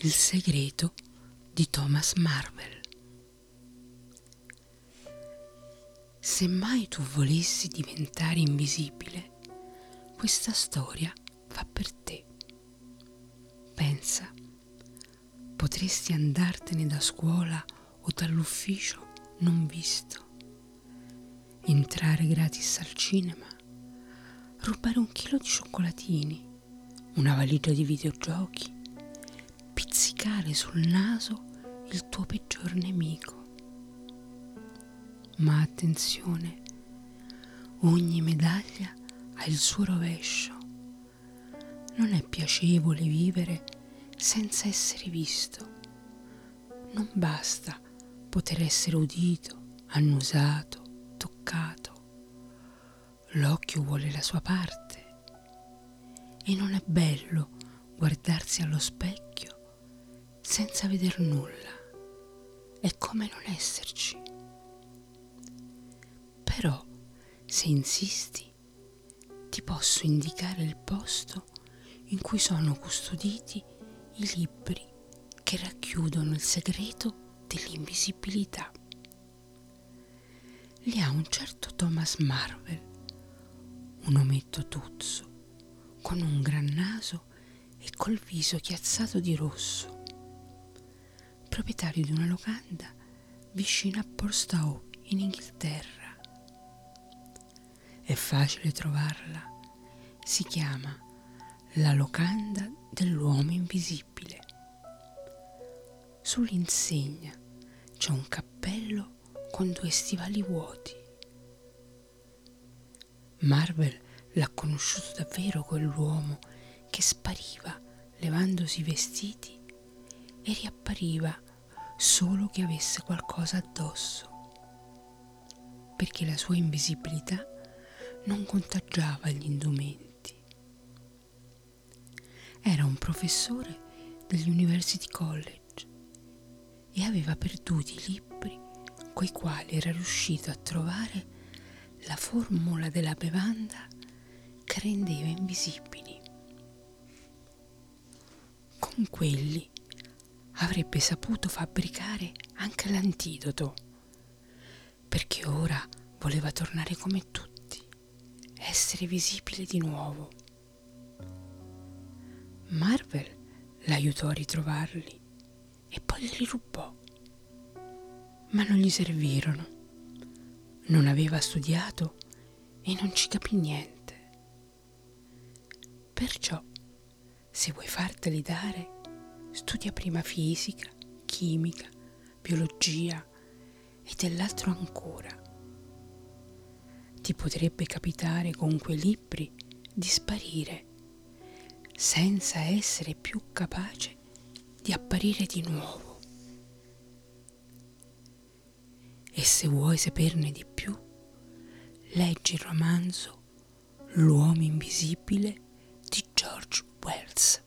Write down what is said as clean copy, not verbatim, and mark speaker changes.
Speaker 1: Il segreto di Thomas Marvel. Se mai tu volessi diventare invisibile, questa storia fa per te. Pensa, potresti andartene da scuola o dall'ufficio non visto, entrare gratis al cinema, rubare 1 chilo di cioccolatini, una valigia di videogiochi, pizzicare sul naso il tuo peggior nemico. Ma attenzione, ogni medaglia ha il suo rovescio. Non è piacevole vivere senza essere visto. Non basta poter essere udito, annusato, toccato. L'occhio vuole la sua parte. E non è bello guardarsi allo specchio senza veder nulla. È come non esserci. Però, se insisti, ti posso indicare il posto in cui sono custoditi i libri che racchiudono il segreto dell'invisibilità. Li ha un certo Thomas Marvel, un ometto tuzzo, con un gran naso e col viso chiazzato di rosso, proprietario di una locanda vicino a Portstowe in Inghilterra. È facile trovarla, si chiama La locanda dell'uomo invisibile. Sull'insegna c'è un cappello con 2 stivali vuoti. Marvel l'ha conosciuto davvero quell'uomo che spariva levandosi i vestiti e riappariva solo che avesse qualcosa addosso, perché la sua invisibilità non contagiava gli indumenti. Era un professore degli University College e aveva perduto i libri coi quali era riuscito a trovare la formula della bevanda che rendeva invisibili. Con quelli avrebbe saputo fabbricare anche l'antidoto, perché ora voleva tornare come tutti, essere visibile di nuovo. Marvel l'aiutò a ritrovarli e poi li rubò, ma non gli servirono. Non aveva studiato e non ci capì niente. Perciò, se vuoi farteli dare, studia prima fisica, chimica, biologia e dell'altro ancora. Ti potrebbe capitare con quei libri di sparire senza essere più capace di apparire di nuovo. E se vuoi saperne di più, leggi il romanzo L'uomo invisibile di George Wells.